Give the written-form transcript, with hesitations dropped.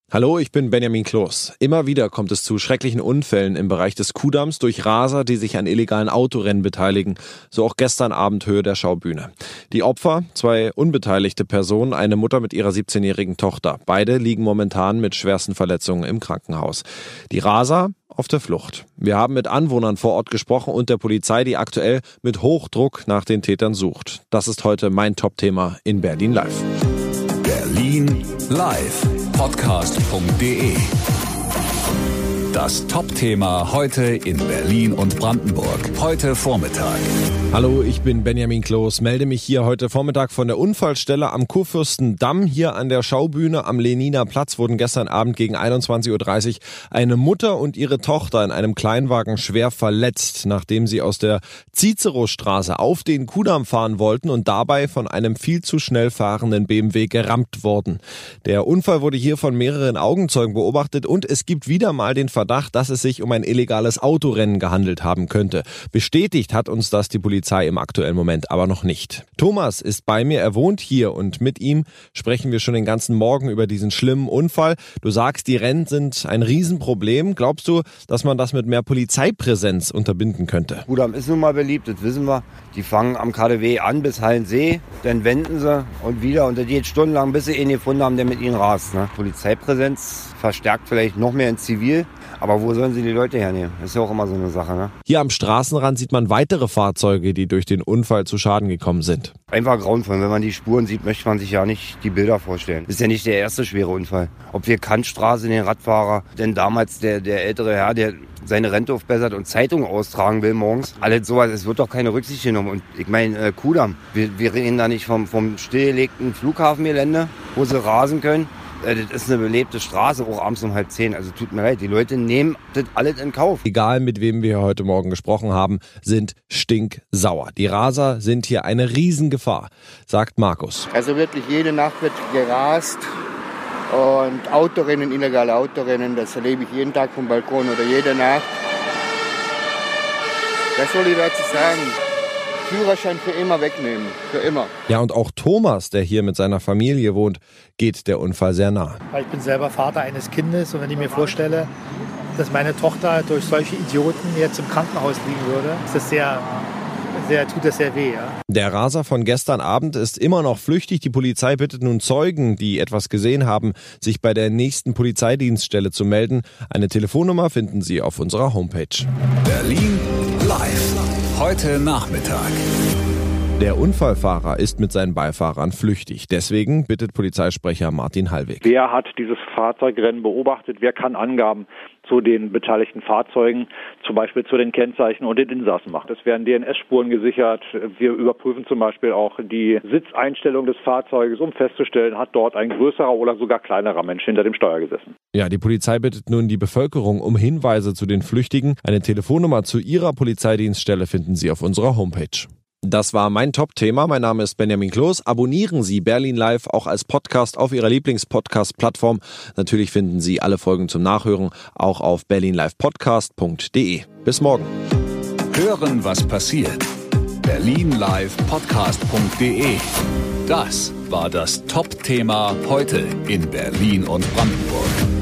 Hallo, ich bin Benjamin Kloß. Immer wieder kommt es zu schrecklichen Unfällen im Bereich des Kuhdamms durch Raser, die sich an illegalen Autorennen beteiligen. So auch gestern Abend Höhe der Schaubühne. Die Opfer, 2 unbeteiligte Personen, eine Mutter mit ihrer 17-jährigen Tochter. Beide liegen momentan mit schwersten Verletzungen im Krankenhaus. Die Raser auf der Flucht. Wir haben mit Anwohnern vor Ort gesprochen und der Polizei, die aktuell mit Hochdruck nach den Tätern sucht. Das ist heute mein Top-Thema in Berlin Live. Berlin Live. Podcast.de. Das Top-Thema heute in Berlin und Brandenburg. Heute Vormittag. Hallo, ich bin Benjamin Kloß, melde mich hier heute Vormittag von der Unfallstelle am Kurfürstendamm. Hier an der Schaubühne am Lehniner Platz wurden gestern Abend gegen 21.30 Uhr eine Mutter und ihre Tochter in einem Kleinwagen schwer verletzt, nachdem sie aus der Cicerostraße auf den Kuhdamm fahren wollten und dabei von einem viel zu schnell fahrenden BMW gerammt wurden. Der Unfall wurde hier von mehreren Augenzeugen beobachtet und es gibt wieder mal den Verdacht, dass es sich um ein illegales Autorennen gehandelt haben könnte. Bestätigt hat uns das die Polizei im aktuellen Moment aber noch nicht. Thomas ist bei mir, er wohnt hier und mit ihm sprechen wir schon den ganzen Morgen über diesen schlimmen Unfall. Du sagst, die Rennen sind ein Riesenproblem. Glaubst du, dass man das mit mehr Polizeipräsenz unterbinden könnte? Kudamm ist nun mal beliebt, das wissen wir. Die fangen am KaDeWe an bis Hallensee, dann wenden sie und wieder und das geht stundenlang, bis sie ihn gefunden haben, der mit ihnen rast. Polizeipräsenz verstärkt vielleicht noch mehr in Zivil. Aber wo sollen sie die Leute hernehmen? Das ist ja auch immer so eine Sache, ne? Hier am Straßenrand sieht man weitere Fahrzeuge, die durch den Unfall zu Schaden gekommen sind. Einfach grauenvoll. Wenn man die Spuren sieht, möchte man sich ja nicht die Bilder vorstellen. Das ist ja nicht der erste schwere Unfall. Ob wir Kantstraße, den Radfahrer, denn damals der ältere Herr, der seine Rente aufbessert und Zeitungen austragen will morgens. Alles sowas, es wird doch keine Rücksicht genommen. Und ich meine, Kudamm, wir reden da nicht vom stillgelegten Flughafengelände, wo sie rasen können. Das ist eine belebte Straße, auch abends um 9:30. Also tut mir leid, die Leute nehmen das alles in Kauf. Egal, mit wem wir heute Morgen gesprochen haben, sind stinksauer. Die Raser sind hier eine Riesengefahr, sagt Markus. Also wirklich jede Nacht wird gerast und Autorennen, illegale Autorennen, das erlebe ich jeden Tag vom Balkon oder jede Nacht. Was soll ich dazu sagen? Führerschein für immer wegnehmen, für immer. Ja, und auch Thomas, der hier mit seiner Familie wohnt, geht der Unfall sehr nah. Ich bin selber Vater eines Kindes und wenn ich mir vorstelle, dass meine Tochter durch solche Idioten jetzt im Krankenhaus liegen würde, ist das tut das sehr weh. Ja? Der Raser von gestern Abend ist immer noch flüchtig. Die Polizei bittet nun Zeugen, die etwas gesehen haben, sich bei der nächsten Polizeidienststelle zu melden. Eine Telefonnummer finden Sie auf unserer Homepage. Berlin Live. Heute Nachmittag. Der Unfallfahrer ist mit seinen Beifahrern flüchtig. Deswegen bittet Polizeisprecher Martin Hallweg. Wer hat dieses Fahrzeugrennen beobachtet? Wer kann Angaben zu den beteiligten Fahrzeugen, zum Beispiel zu den Kennzeichen und den Insassen machen? Es werden DNS-Spuren gesichert. Wir überprüfen zum Beispiel auch die Sitzeinstellung des Fahrzeuges, um festzustellen, hat dort ein größerer oder sogar kleinerer Mensch hinter dem Steuer gesessen. Ja, die Polizei bittet nun die Bevölkerung um Hinweise zu den Flüchtigen. Eine Telefonnummer zu ihrer Polizeidienststelle finden Sie auf unserer Homepage. Das war mein Top-Thema. Mein Name ist Benjamin Kloß. Abonnieren Sie Berlin Live auch als Podcast auf Ihrer Lieblingspodcast-Plattform. Natürlich finden Sie alle Folgen zum Nachhören auch auf berlinlivepodcast.de. Bis morgen. Hören, was passiert. berlinlivepodcast.de. Das war das Top-Thema heute in Berlin und Brandenburg.